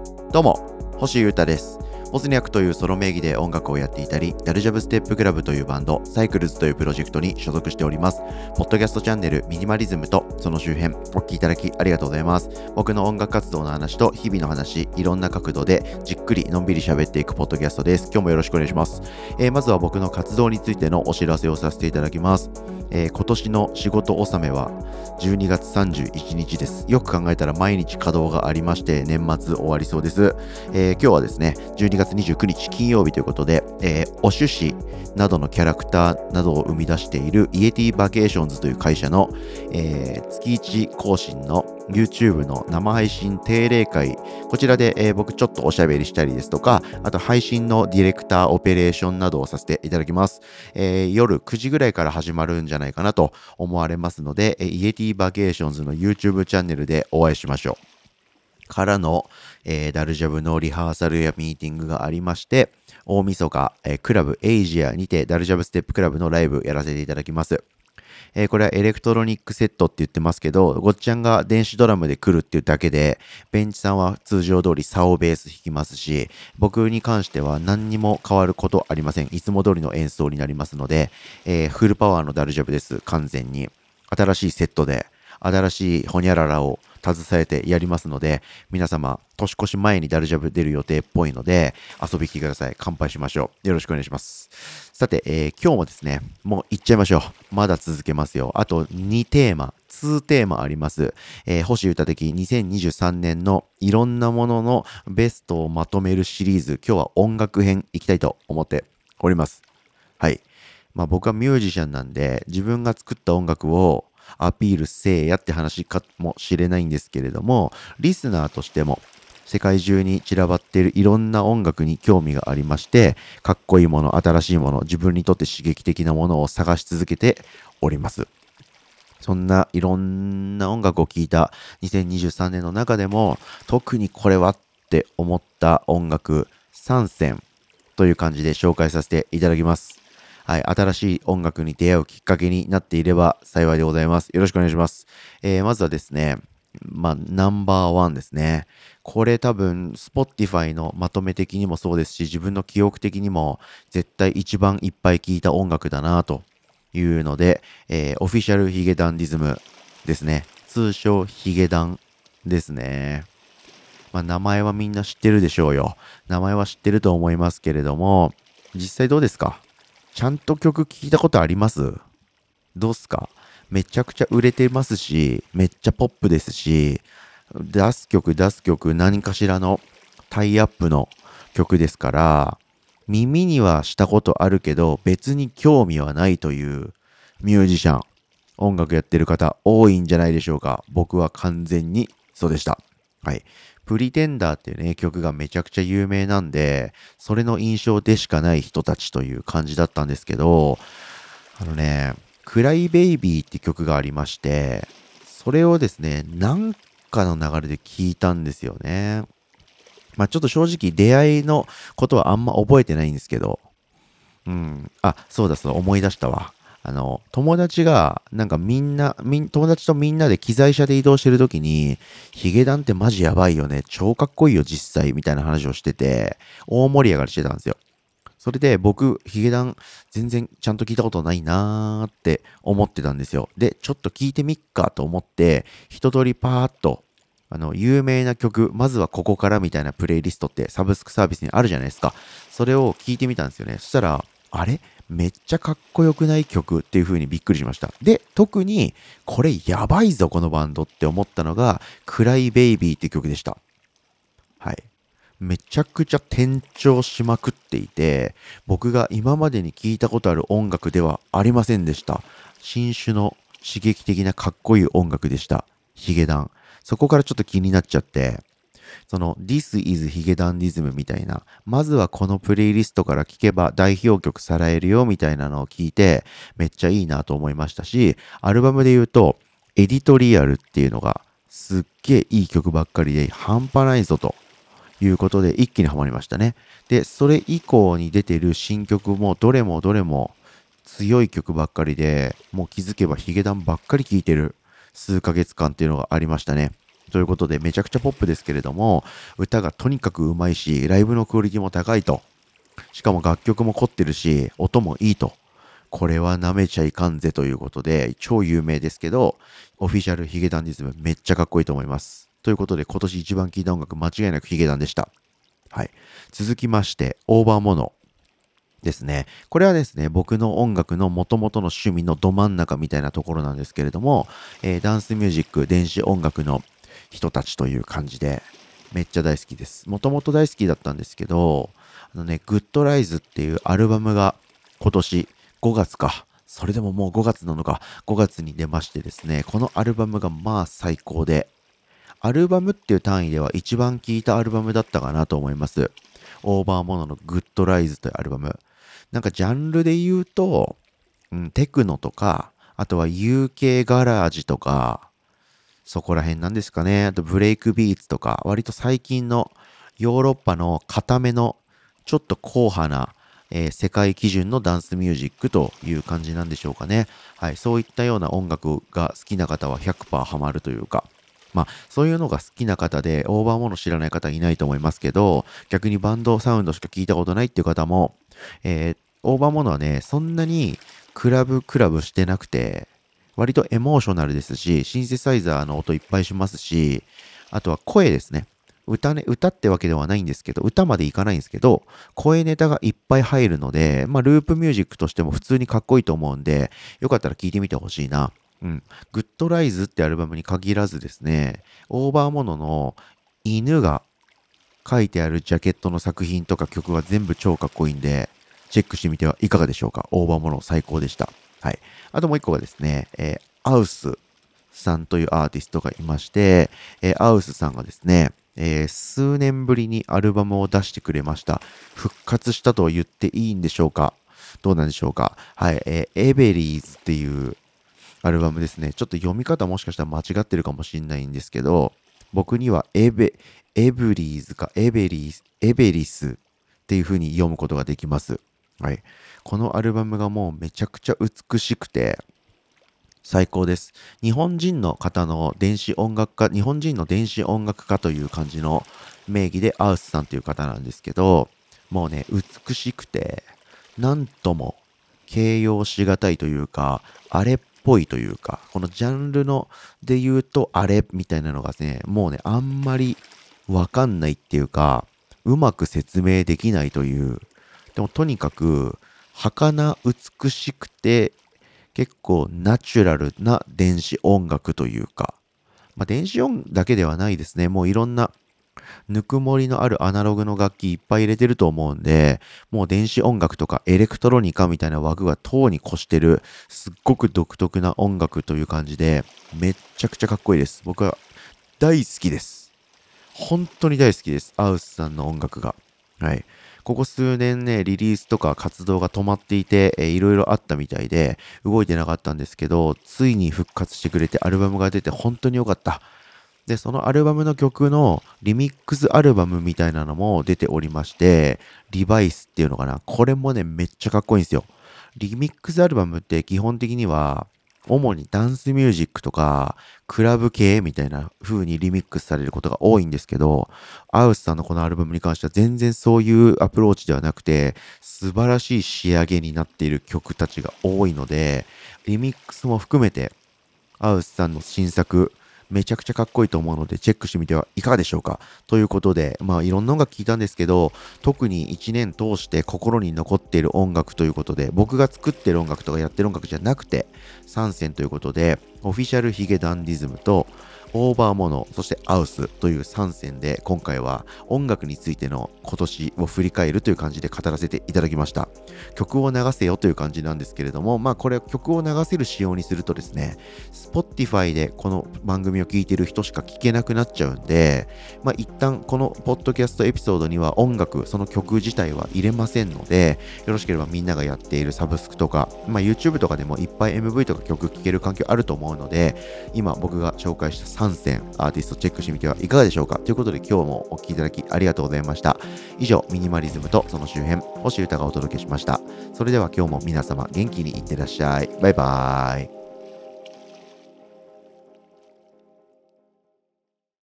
どうも、星優太です。ボスニャクというソロ名義で音楽をやっていたり、ダルジャブステップクラブというバンド、サイクルズというプロジェクトに所属しております。ポッドキャストチャンネルミニマリズムとその周辺、お聞きいただきありがとうございます。僕の音楽活動の話と日々の話、いろんな角度でじっくりのんびり喋っていくポッドキャストです。今日もよろしくお願いします。まずは僕の活動についてのお知らせをさせていただきます。今年の仕事納めは12月31日です。よく考えたら毎日稼働がありまして年末終わりそうです。今日はですね、12月29日金曜日ということで、お種子などのキャラクターなどを生み出しているイエティバケーションズという会社の、月1更新の YouTube の生配信定例会、こちらで、僕ちょっとおしゃべりしたりですとか、あと配信のディレクターオペレーションなどをさせていただきます。夜9時ぐらいから始まるんじゃないかなと思われますので、イエティバケーションズの YouTube チャンネルでお会いしましょう。からの、ダルジャブのリハーサルやミーティングがありまして、大晦日、クラブエイジアにてダルジャブステップクラブのライブやらせていただきます。これはエレクトロニックセットって言ってますけど、ごっちゃんが電子ドラムで来るっていうだけで、ベンチさんは通常通りサオベース弾きますし、僕に関しては何にも変わることありません。いつも通りの演奏になりますので、フルパワーのダルジャブです。完全に。新しいセットで、新しいホニャララを携えてやりますので、皆様、年越し前にダルジャブ出る予定っぽいので、遊びに来てください。乾杯しましょう。よろしくお願いします。さて、今日もですね、もう行っちゃいましょう。まだ続けますよ。あと2テーマ、2テーマあります。星歌的2023年のいろんなもののベストをまとめるシリーズ、今日は音楽編行きたいと思っております。はい。僕はミュージシャンなんで、自分が作った音楽をアピールせえやって話かもしれないんですけれども、リスナーとしても世界中に散らばっているいろんな音楽に興味がありまして、かっこいいもの、新しいもの、自分にとって刺激的なものを探し続けております。そんないろんな音楽を聴いた2023年の中でも、特にこれはって思った音楽3選という感じで紹介させていただきます。はい、新しい音楽に出会うきっかけになっていれば幸いでございます。よろしくお願いします。まずはですね、ナンバーワンですね。これ多分、Spotify のまとめ的にもそうですし、自分の記憶的にも絶対一番いっぱい聴いた音楽だなというので、オフィシャルヒゲダンディズムですね。通称ヒゲダンですね。名前はみんな知ってるでしょうよ。名前は知ってると思いますけれども、実際どうですか？ちゃんと曲聴いたことあります？どうっすか？めちゃくちゃ売れてますし、めっちゃポップですし、出す曲何かしらのタイアップの曲ですから、耳にはしたことあるけど別に興味はないというミュージシャン、音楽やってる方多いんじゃないでしょうか。僕は完全にそうでした。はい。プリテンダーっていうね、曲がめちゃくちゃ有名なんで、それの印象でしかない人たちという感じだったんですけど、クライベイビーって曲がありまして、それをですね、なんかの流れで聞いたんですよね。ちょっと正直出会いのことはあんま覚えてないんですけど、そうだ思い出したわ。友達が、友達とみんなで機材車で移動してるときに、ヒゲダンってマジやばいよね。超かっこいいよ、実際。みたいな話をしてて、大盛り上がりしてたんですよ。それで僕、ヒゲダン全然ちゃんと聞いたことないなーって思ってたんですよ。で、ちょっと聞いてみっかと思って、一通りパーっと、有名な曲、まずはここからみたいなプレイリストってサブスクサービスにあるじゃないですか。それを聞いてみたんですよね。そしたら、あれめっちゃかっこよくない曲っていう風にびっくりしました。で、特に、これやばいぞ、このバンドって思ったのが、クライベイビーっていう曲でした。はい。めちゃくちゃ転調しまくっていて、僕が今までに聞いたことある音楽ではありませんでした。新種の刺激的なかっこいい音楽でした。ヒゲダン。そこからちょっと気になっちゃって、This is ヒゲダンディズムみたいな、まずはこのプレイリストから聴けば代表曲さらえるよみたいなのを聞いて、めっちゃいいなと思いましたし、アルバムで言うと、エディトリアルっていうのがすっげえいい曲ばっかりで半端ないぞということで一気にハマりましたね。で、それ以降に出てる新曲もどれも強い曲ばっかりで、もう気づけばヒゲダンばっかり聴いてる数ヶ月間っていうのがありましたね。 ということで、めちゃくちゃポップですけれども、歌がとにかく上手いし、ライブのクオリティも高いと。しかも楽曲も凝ってるし、音もいいと。これは舐めちゃいかんぜということで、超有名ですけど、オフィシャルヒゲダンディズムめっちゃかっこいいと思います。ということで、今年一番聴いた音楽間違いなくヒゲダンでした。はい。続きまして、オーバーモノですね。これはですね、僕の音楽の元々の趣味のど真ん中みたいなところなんですけれども、ダンスミュージック、電子音楽の人たちという感じで、めっちゃ大好きです。もともと大好きだったんですけど、グッドライズっていうアルバムが今年5月か。それでももう5月なのか。5月に出ましてですね、このアルバムがまあ最高で、アルバムっていう単位では一番聴いたアルバムだったかなと思います。オーバーモノのグッドライズというアルバム。なんかジャンルで言うと、テクノとか、あとは UK ガラージとか、そこら辺なんですかね。あとブレイクビーツとか、割と最近のヨーロッパの固めのちょっと硬派な、世界基準のダンスミュージックという感じなんでしょうかね。はい、そういったような音楽が好きな方は 100% ハマるというか、まあそういうのが好きな方でオーバーモノ知らない方いないと思いますけど、逆にバンドサウンドしか聞いたことないっていう方も、オーバーモノはね、そんなにクラブしてなくて、割とエモーショナルですし、シンセサイザーの音いっぱいしますし、あとは声ですね。歌ってわけではないんですけど、歌までいかないんですけど、声ネタがいっぱい入るので、まあ、ループミュージックとしても普通にかっこいいと思うんで、よかったら聞いてみてほしいな。うん。グッドライズってアルバムに限らずですね、オーバーモノの犬が書いてあるジャケットの作品とか曲は全部超かっこいいんで、チェックしてみてはいかがでしょうか。オーバーモノ最高でした。はい。あともう一個がですね、アウスさんというアーティストがいまして、アウスさんがですね、数年ぶりにアルバムを出してくれました。復活したと言っていいんでしょうか。どうなんでしょうか。はい、エベリーズっていうアルバムですね。ちょっと読み方もしかしたら間違ってるかもしれないんですけど、僕にはエブリーズかエベリスっていう風に読むことができます。はい。このアルバムがもうめちゃくちゃ美しくて、最高です。日本人の方の電子音楽家、日本人の電子音楽家という感じの名義でアウスさんという方なんですけど、もうね、美しくて、なんとも形容しがたいというか、あれっぽいというか、このジャンルので言うとあれみたいなのがね、もうね、あんまりわかんないっていうか、うまく説明できないという、でもとにかく、儚美しくて結構ナチュラルな電子音楽というか、まあ、電子音だけではないですね。もういろんなぬくもりのあるアナログの楽器いっぱい入れてると思うんで、もう電子音楽とかエレクトロニカみたいな枠がとうに越してる、すっごく独特な音楽という感じで、めっちゃくちゃかっこいいです。僕は大好きです。本当に大好きです。アウスさんの音楽が。はい。ここ数年ね、リリースとか活動が止まっていて、いろいろあったみたいで、動いてなかったんですけど、ついに復活してくれてアルバムが出て本当に良かった。で、そのアルバムの曲のリミックスアルバムみたいなのも出ておりまして、リバイスっていうのかな。これもね、めっちゃかっこいいんですよ。リミックスアルバムって基本的には、主にダンスミュージックとか、クラブ系みたいな風にリミックスされることが多いんですけど、アウスさんのこのアルバムに関しては全然そういうアプローチではなくて、素晴らしい仕上げになっている曲たちが多いので、リミックスも含めて、アウスさんの新作、めちゃくちゃかっこいいと思うので、チェックしてみてはいかがでしょうか。ということで、まあいろんな音楽聴いたんですけど、特に1年通して心に残っている音楽ということで、僕が作ってる音楽とかやってる音楽じゃなくて、3選ということで、オフィシャルヒゲダンディズムと、オーバーモノ、そしてアウスという3選で、今回は音楽についての今年を振り返るという感じで語らせていただきました。曲を流せよという感じなんですけれども、まあこれ曲を流せる仕様にするとですね、Spotify でこの番組を聞いている人しか聞けなくなっちゃうんで、まあ一旦このポッドキャストエピソードには音楽、その曲自体は入れませんので、よろしければみんながやっているサブスクとか、まあ YouTube とかでもいっぱい MV とか曲聴ける環境あると思うので、今僕が紹介した3選アーティストチェックしてみてはいかがでしょうか。ということで今日もお聴きいただきありがとうございました。以上、ミニマリズムとその周辺、星歌がお届けしました。それでは今日も皆様元気にいってらっしゃい。バイバーイ。